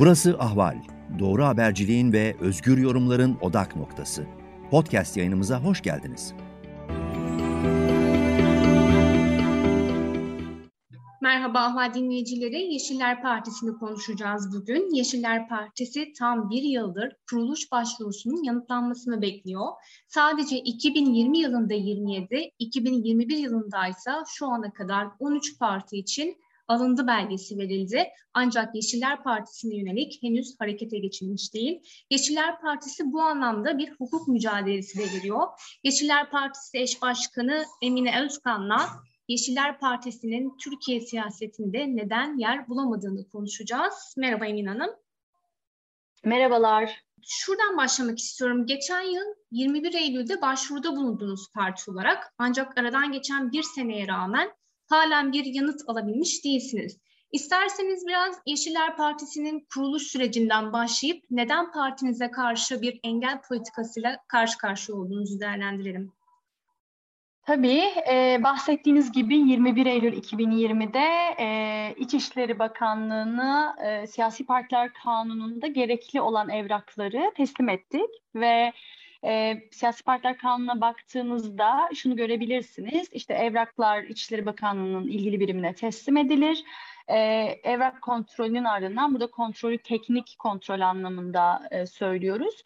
Burası Ahval, doğru haberciliğin ve özgür yorumların odak noktası. Podcast yayınımıza hoş geldiniz. Merhaba Ahval dinleyicileri, Yeşiller Partisi'ni konuşacağız bugün. Yeşiller Partisi tam bir yıldır kuruluş başvurusunun yanıtlanmasını bekliyor. Sadece 2020 yılında 27, 2021 yılında ise şu ana kadar 13 parti için alındı belgesi verildi. Ancak Yeşiller Partisi'ne yönelik henüz harekete geçilmiş değil. Yeşiller Partisi bu anlamda bir hukuk mücadelesi de veriyor. Yeşiller Partisi eş başkanı Emine Özkan'la Yeşiller Partisi'nin Türkiye siyasetinde neden yer bulamadığını konuşacağız. Merhaba Emin Hanım. Merhabalar. Şuradan başlamak istiyorum. Geçen yıl 21 Eylül'de başvuruda bulundunuz parti olarak. Ancak aradan geçen bir seneye rağmen halen bir yanıt alabilmiş değilsiniz. İsterseniz biraz Yeşiller Partisi'nin kuruluş sürecinden başlayıp neden partinize karşı bir engel politikasıyla karşı karşıya olduğunuzu değerlendirelim. Tabii bahsettiğiniz gibi 21 Eylül 2020'de İçişleri Bakanlığı'na Siyasi Partiler Kanunu'nda gerekli olan evrakları teslim ettik ve Siyasi Partiler Kanunu'na baktığınızda şunu görebilirsiniz. İşte evraklar İçişleri Bakanlığı'nın ilgili birimine teslim edilir. Evrak kontrolünün ardından, burada kontrolü teknik kontrol anlamında söylüyoruz.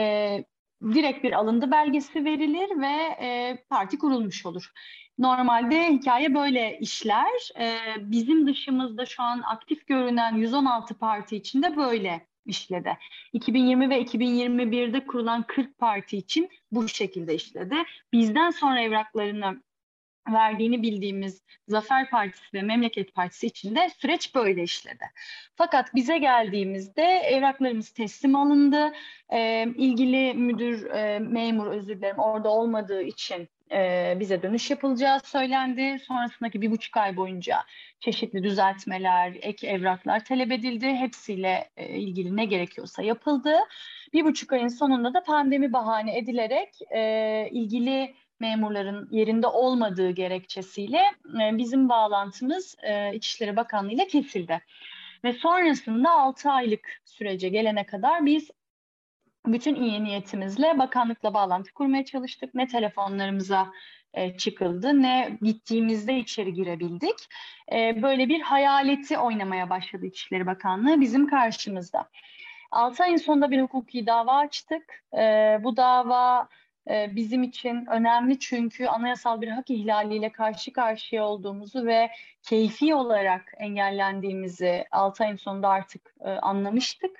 Direkt bir alındı belgesi verilir ve parti kurulmuş olur. Normalde hikaye böyle işler. Bizim dışımızda şu an aktif görünen 116 parti için de böyle işledi. 2020 ve 2021'de kurulan 40 parti için bu şekilde işledi. Bizden sonra evraklarını verdiğini bildiğimiz Zafer Partisi ve Memleket Partisi için de süreç böyle işledi. Fakat bize geldiğimizde evraklarımız teslim alındı. İlgili müdür, memur özür dilerim orada olmadığı için bize dönüş yapılacağı söylendi. Sonrasındaki 1,5 ay boyunca çeşitli düzeltmeler, ek evraklar talep edildi. Hepsiyle ilgili ne gerekiyorsa yapıldı. 1,5 ayın sonunda da pandemi bahane edilerek ilgili memurların yerinde olmadığı gerekçesiyle bizim bağlantımız İçişleri Bakanlığı ile kesildi. Ve sonrasında 6 aylık sürece gelene kadar biz bütün iyi niyetimizle bakanlıkla bağlantı kurmaya çalıştık. Ne telefonlarımıza çıkıldı ne gittiğimizde içeri girebildik. Böyle bir hayaleti oynamaya başladı İçişleri Bakanlığı bizim karşımızda. 6 ayın sonunda bir hukuki dava açtık. Bu dava bizim için önemli çünkü anayasal bir hak ihlaliyle karşı karşıya olduğumuzu ve keyfi olarak engellendiğimizi 6 ayın sonunda artık anlamıştık.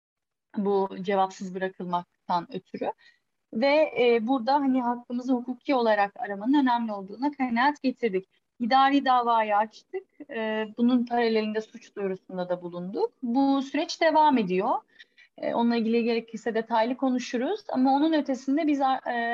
Bu cevapsız bırakılmaktan ötürü. Ve burada hani hakkımızı hukuki olarak aramanın önemli olduğuna kanaat getirdik. İdari davayı açtık. Bunun paralelinde suç duyurusunda da bulunduk. Bu süreç devam ediyor. Onunla ilgili gerekirse detaylı konuşuruz. Ama onun ötesinde biz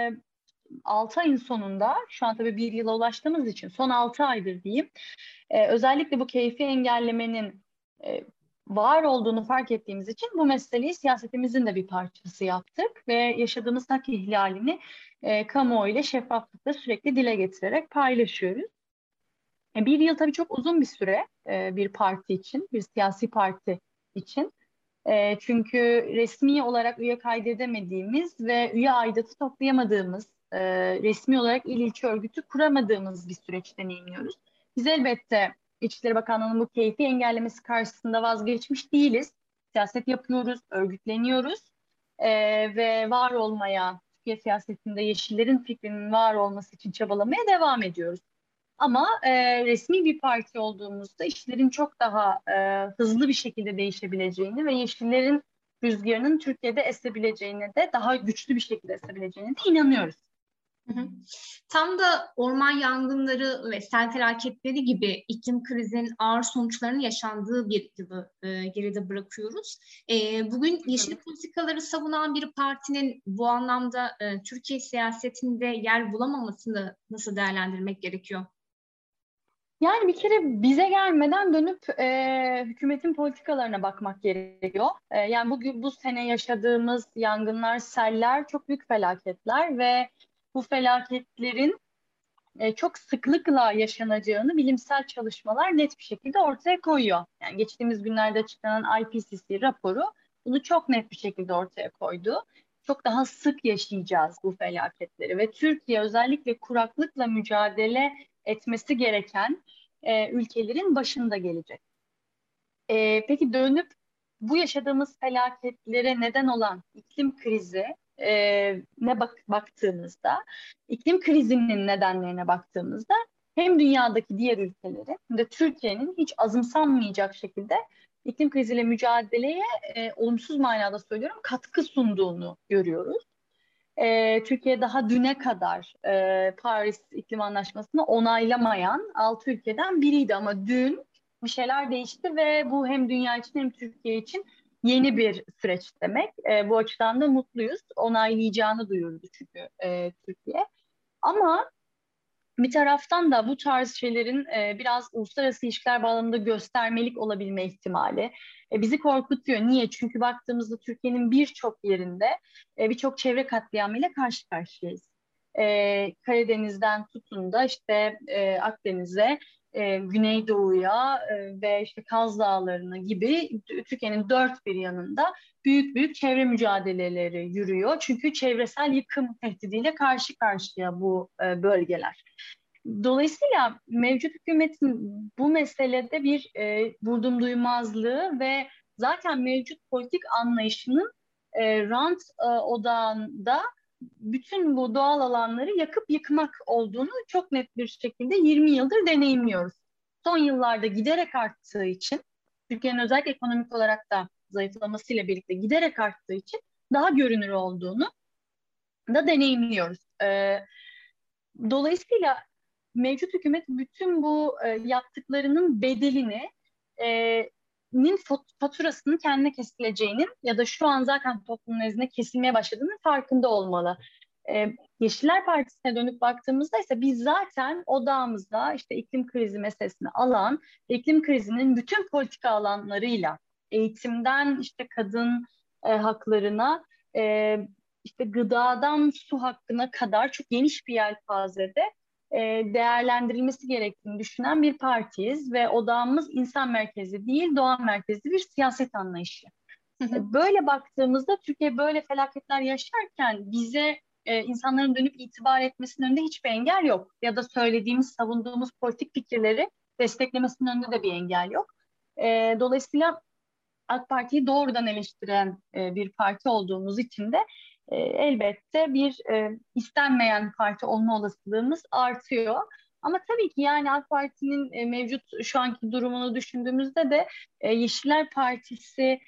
6 ayın sonunda, şu an tabii bir yıla ulaştığımız için son 6 aydır diyeyim, özellikle bu keyfi engellemenin var olduğunu fark ettiğimiz için bu meseleyi siyasetimizin de bir parçası yaptık ve yaşadığımız hak ihlalini kamuoyuyla şeffaflıkla sürekli dile getirerek paylaşıyoruz. Bir yıl tabii çok uzun bir süre bir parti için, bir siyasi parti için. Çünkü resmi olarak üye kaydedemediğimiz ve üye aidatı toplayamadığımız, resmi olarak il ilçe örgütü kuramadığımız bir süreç deneyimliyoruz. Biz elbette İçişleri Bakanlığı'nın bu keyfi engellemesi karşısında vazgeçmiş değiliz. Siyaset yapıyoruz, örgütleniyoruz ve var olmaya, Türkiye siyasetinde yeşillerin fikrinin var olması için çabalamaya devam ediyoruz. Ama resmi bir parti olduğumuzda işlerin çok daha hızlı bir şekilde değişebileceğini ve yeşillerin rüzgarının Türkiye'de esebileceğine de daha güçlü bir şekilde esebileceğine de inanıyoruz. Tam da orman yangınları ve sel felaketleri gibi iklim krizinin ağır sonuçlarının yaşandığı bir yılı geride bırakıyoruz. Bugün yeşil politikaları savunan bir partinin bu anlamda Türkiye siyasetinde yer bulamamasını nasıl değerlendirmek gerekiyor? Yani bir kere bize gelmeden dönüp hükümetin politikalarına bakmak gerekiyor. Yani bu sene yaşadığımız yangınlar, seller çok büyük felaketler ve bu felaketlerin çok sıklıkla yaşanacağını bilimsel çalışmalar net bir şekilde ortaya koyuyor. Yani geçtiğimiz günlerde açıklanan IPCC raporu bunu çok net bir şekilde ortaya koydu. Çok daha sık yaşayacağız bu felaketleri ve Türkiye özellikle kuraklıkla mücadele etmesi gereken ülkelerin başında gelecek. Peki dönüp bu yaşadığımız felaketlere neden olan iklim krizi baktığımızda, iklim krizinin nedenlerine baktığımızda hem dünyadaki diğer ülkelerin hem de Türkiye'nin hiç azımsanmayacak şekilde iklim kriziyle mücadeleye olumsuz manada söylüyorum katkı sunduğunu görüyoruz. Türkiye daha düne kadar Paris İklim Anlaşması'nı onaylamayan 6 ülkeden biriydi ama dün bir şeyler değişti ve bu hem dünya için hem Türkiye için yeni bir süreç demek. Bu açıdan da mutluyuz. Onaylayacağını duyurdu çünkü Türkiye. Ama bir taraftan da bu tarz şeylerin biraz uluslararası ilişkiler bağlamında göstermelik olabilme ihtimali bizi korkutuyor. Niye? Çünkü baktığımızda Türkiye'nin birçok yerinde birçok çevre katliamıyla karşı karşıyayız. Karadeniz'den tutun da işte Akdeniz'e, Güneydoğu'ya ve işte Kaz Dağları'na gibi Türkiye'nin dört bir yanında büyük büyük çevre mücadeleleri yürüyor. Çünkü çevresel yıkım tehdidiyle karşı karşıya bu bölgeler. Dolayısıyla mevcut hükümetin bu meselede bir vurdum duymazlığı ve zaten mevcut politik anlayışının rant odağında bütün bu doğal alanları yakıp yıkmak olduğunu çok net bir şekilde 20 yıldır deneyimliyoruz. Son yıllarda giderek arttığı için, Türkiye'nin özellikle ekonomik olarak da zayıflamasıyla birlikte giderek arttığı için daha görünür olduğunu da deneyimliyoruz. Dolayısıyla mevcut hükümet bütün bu yaptıklarının bedelini faturasının kendine kesileceğinin ya da şu an zaten toplumun nezdinde kesilmeye başladığının farkında olmalı. Yeşiller Partisi'ne dönüp baktığımızda ise biz zaten odağımızda işte iklim krizi meselesini alan, iklim krizinin bütün politika alanlarıyla eğitimden işte kadın haklarına, işte gıdadan su hakkına kadar çok geniş bir yelpazede değerlendirilmesi gerektiğini düşünen bir partiyiz ve odağımız insan merkezli değil, doğa merkezli bir siyaset anlayışı. Böyle baktığımızda Türkiye böyle felaketler yaşarken bize insanların dönüp itibar etmesinin önünde hiçbir engel yok. Ya da söylediğimiz, savunduğumuz politik fikirleri desteklemesinin önünde de bir engel yok. Dolayısıyla AK Parti'yi doğrudan eleştiren bir parti olduğumuz için de elbette bir istenmeyen parti olma olasılığımız artıyor. Ama tabii ki yani AK Parti'nin mevcut şu anki durumunu düşündüğümüzde de Yeşiller Partisi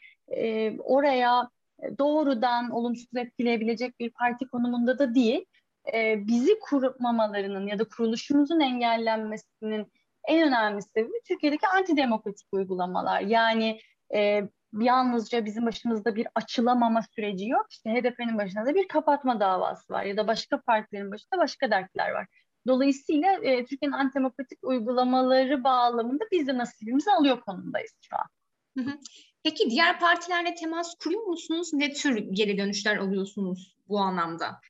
oraya doğrudan olumsuz etkileyebilecek bir parti konumunda da değil. Bizi kurmamalarının ya da kuruluşumuzun engellenmesinin en önemli sebebi Türkiye'deki antidemokratik uygulamalar. Yani yalnızca bizim başımızda bir açılamama süreci yok. İşte HDP'nin başında da bir kapatma davası var ya da başka partilerin başında başka dertler var. Dolayısıyla Türkiye'nin antidemokratik uygulamaları bağlamında biz de nasibimizi alıyor konumdayız şu an. Peki diğer partilerle temas kuruyor musunuz? Ne tür geri dönüşler alıyorsunuz bu anlamda?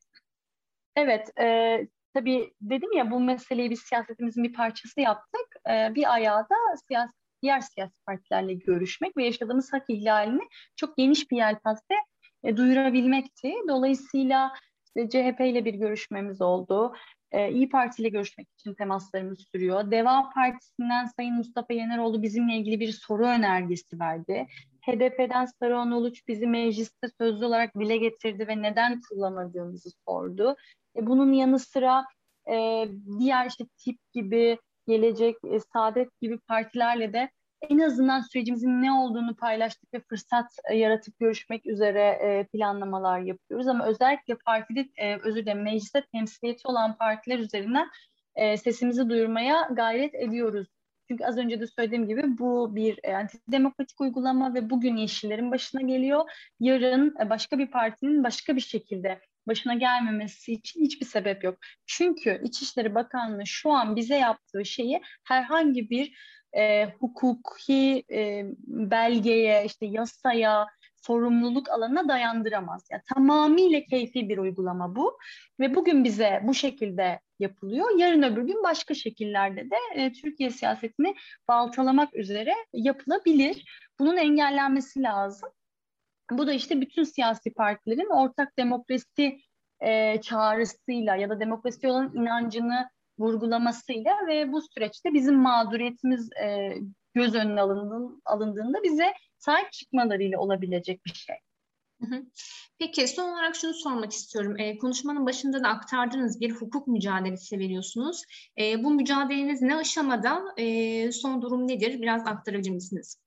Evet, tabii dedim ya bu meseleyi biz siyasetimizin bir parçası yaptık. Bir ayağı da diğer siyasi partilerle görüşmek ve yaşadığımız hak ihlalini çok geniş bir yelpazede duyurabilmekti. Dolayısıyla işte CHP ile bir görüşmemiz oldu. İYİ Parti ile görüşmek için temaslarımız sürüyor. Deva Partisi'nden Sayın Mustafa Yeneroğlu bizimle ilgili bir soru önergesi verdi. HDP'den Saruhan Uluç bizi mecliste sözlü olarak dile getirdi ve neden kullanamadığımızı sordu. Bunun yanı sıra diğer işte TİP gibi, Gelecek, Saadet gibi partilerle de en azından sürecimizin ne olduğunu paylaştık ve fırsat yaratıp görüşmek üzere planlamalar yapıyoruz. Ama özellikle partide, mecliste temsiliyeti olan partiler üzerinden sesimizi duyurmaya gayret ediyoruz. Çünkü az önce de söylediğim gibi bu bir antidemokratik uygulama ve bugün Yeşillerin başına geliyor. Yarın başka bir partinin başka bir şekilde başına gelmemesi için hiçbir sebep yok. Çünkü İçişleri Bakanlığı şu an bize yaptığı şeyi herhangi bir hukuki belgeye, işte yasaya, sorumluluk alanına dayandıramaz. Yani tamamıyla keyfi bir uygulama bu ve bugün bize bu şekilde yapılıyor. Yarın öbür gün başka şekillerde de Türkiye siyasetini baltalamak üzere yapılabilir. Bunun engellenmesi lazım. Bu da işte bütün siyasi partilerin ortak demokrasi çağrısıyla ya da demokrasiye olan inancını vurgulamasıyla ve bu süreçte bizim mağduriyetimiz göz önüne alındığında bize sahip çıkmalarıyla olabilecek bir şey. Peki son olarak şunu sormak istiyorum. Konuşmanın başında da aktardığınız bir hukuk mücadelesi veriyorsunuz. Bu mücadeleniz ne aşamada? Son durum nedir? Biraz aktarabilir misiniz?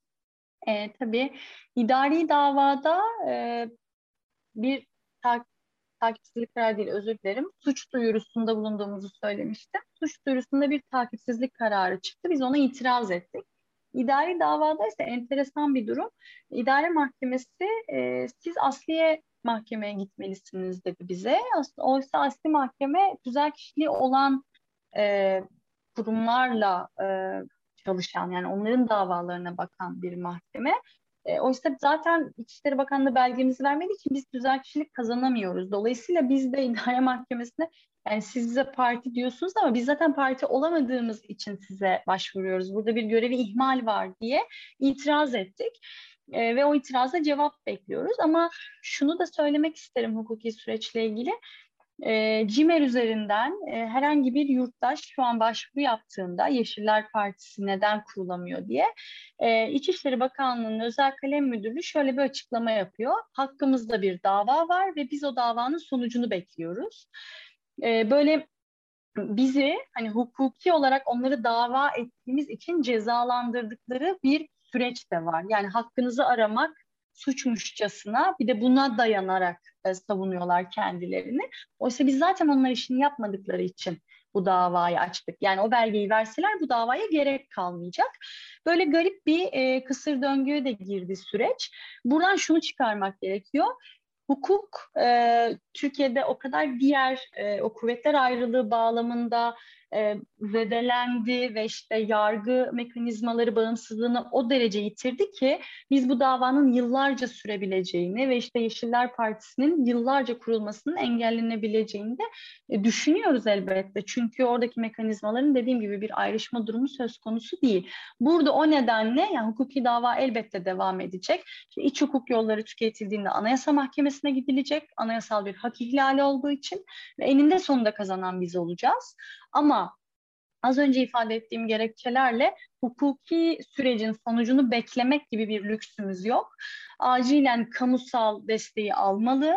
Tabii. İdari davada bir takipsizlik kararı değil, özür dilerim. Suç duyurusunda bulunduğumuzu söylemiştim. Suç duyurusunda bir takipsizlik kararı çıktı. Biz ona itiraz ettik. İdari davada ise enteresan bir durum. İdare mahkemesi siz asliye mahkemeye gitmelisiniz dedi bize. Oysa asli mahkeme tüzel kişiliği olan kurumlarla çalışan, yani onların davalarına bakan bir mahkeme. Oysa zaten İçişleri Bakanlığı belgemizi vermediği için biz tüzel kişilik kazanamıyoruz. Dolayısıyla biz de idare mahkemesine, yani siz bize parti diyorsunuz ama biz zaten parti olamadığımız için size başvuruyoruz. Burada bir görevi ihmal var diye itiraz ettik. Ve o itiraza cevap bekliyoruz. Ama şunu da söylemek isterim hukuki süreçle ilgili. CİMER üzerinden herhangi bir yurttaş şu an başvuru yaptığında Yeşiller Partisi neden kurulamıyor diye İçişleri Bakanlığı'nın özel kalem müdürlüğü şöyle bir açıklama yapıyor. Hakkımızda bir dava var ve biz o davanın sonucunu bekliyoruz. Böyle bizi hani hukuki olarak onları dava ettiğimiz için cezalandırdıkları bir süreç de var. Yani hakkınızı aramak suçmuşçasına bir de buna dayanarak savunuyorlar kendilerini. Oysa biz zaten onlar işini yapmadıkları için bu davayı açtık. Yani o belgeyi verseler bu davaya gerek kalmayacak. Böyle garip bir kısır döngüye de girdi süreç. Buradan şunu çıkarmak gerekiyor. Hukuk Türkiye'de o kadar diğer o kuvvetler ayrılığı bağlamında zedelendi ve işte yargı mekanizmaları bağımsızlığını o derece yitirdi ki biz bu davanın yıllarca sürebileceğini ve işte Yeşiller Partisi'nin yıllarca kurulmasının engellenebileceğini de düşünüyoruz elbette. Çünkü oradaki mekanizmaların dediğim gibi bir ayrışma durumu söz konusu değil. Burada o nedenle yani hukuki dava elbette devam edecek. İşte iç hukuk yolları tüketildiğinde Anayasa Mahkemesi'ne gidilecek. Anayasal bir hak ihlali olduğu için ve eninde sonunda kazanan biz olacağız. Ama az önce ifade ettiğim gerekçelerle hukuki sürecin sonucunu beklemek gibi bir lüksümüz yok. Acilen kamusal desteği almalı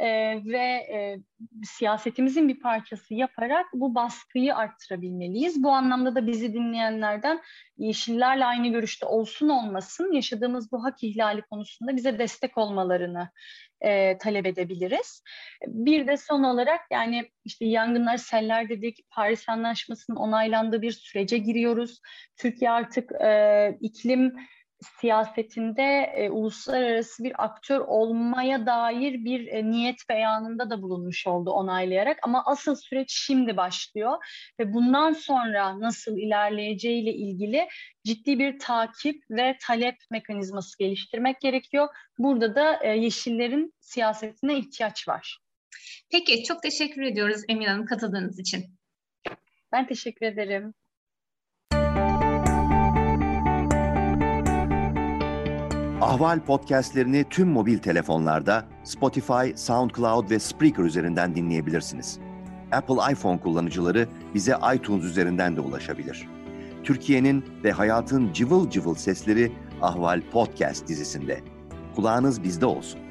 ve siyasetimizin bir parçası yaparak bu baskıyı arttırabilmeliyiz. Bu anlamda da bizi dinleyenlerden Yeşillerle aynı görüşte olsun olmasın yaşadığımız bu hak ihlali konusunda bize destek olmalarını talep edebiliriz. Bir de son olarak yani işte yangınlar, seller dedik, Paris Anlaşması'nın onaylandığı bir sürece giriyoruz. Türkiye artık iklim siyasetinde uluslararası bir aktör olmaya dair bir niyet beyanında da bulunmuş oldu onaylayarak. Ama asıl süreç şimdi başlıyor ve bundan sonra nasıl ilerleyeceğiyle ilgili ciddi bir takip ve talep mekanizması geliştirmek gerekiyor. Burada da Yeşillerin siyasetine ihtiyaç var. Peki, çok teşekkür ediyoruz Emine Hanım katıldığınız için. Ben teşekkür ederim. Ahval podcastlerini tüm mobil telefonlarda Spotify, SoundCloud ve Spreaker üzerinden dinleyebilirsiniz. Apple iPhone kullanıcıları bize iTunes üzerinden de ulaşabilir. Türkiye'nin ve hayatın cıvıl cıvıl sesleri Ahval Podcast dizisinde. Kulağınız bizde olsun.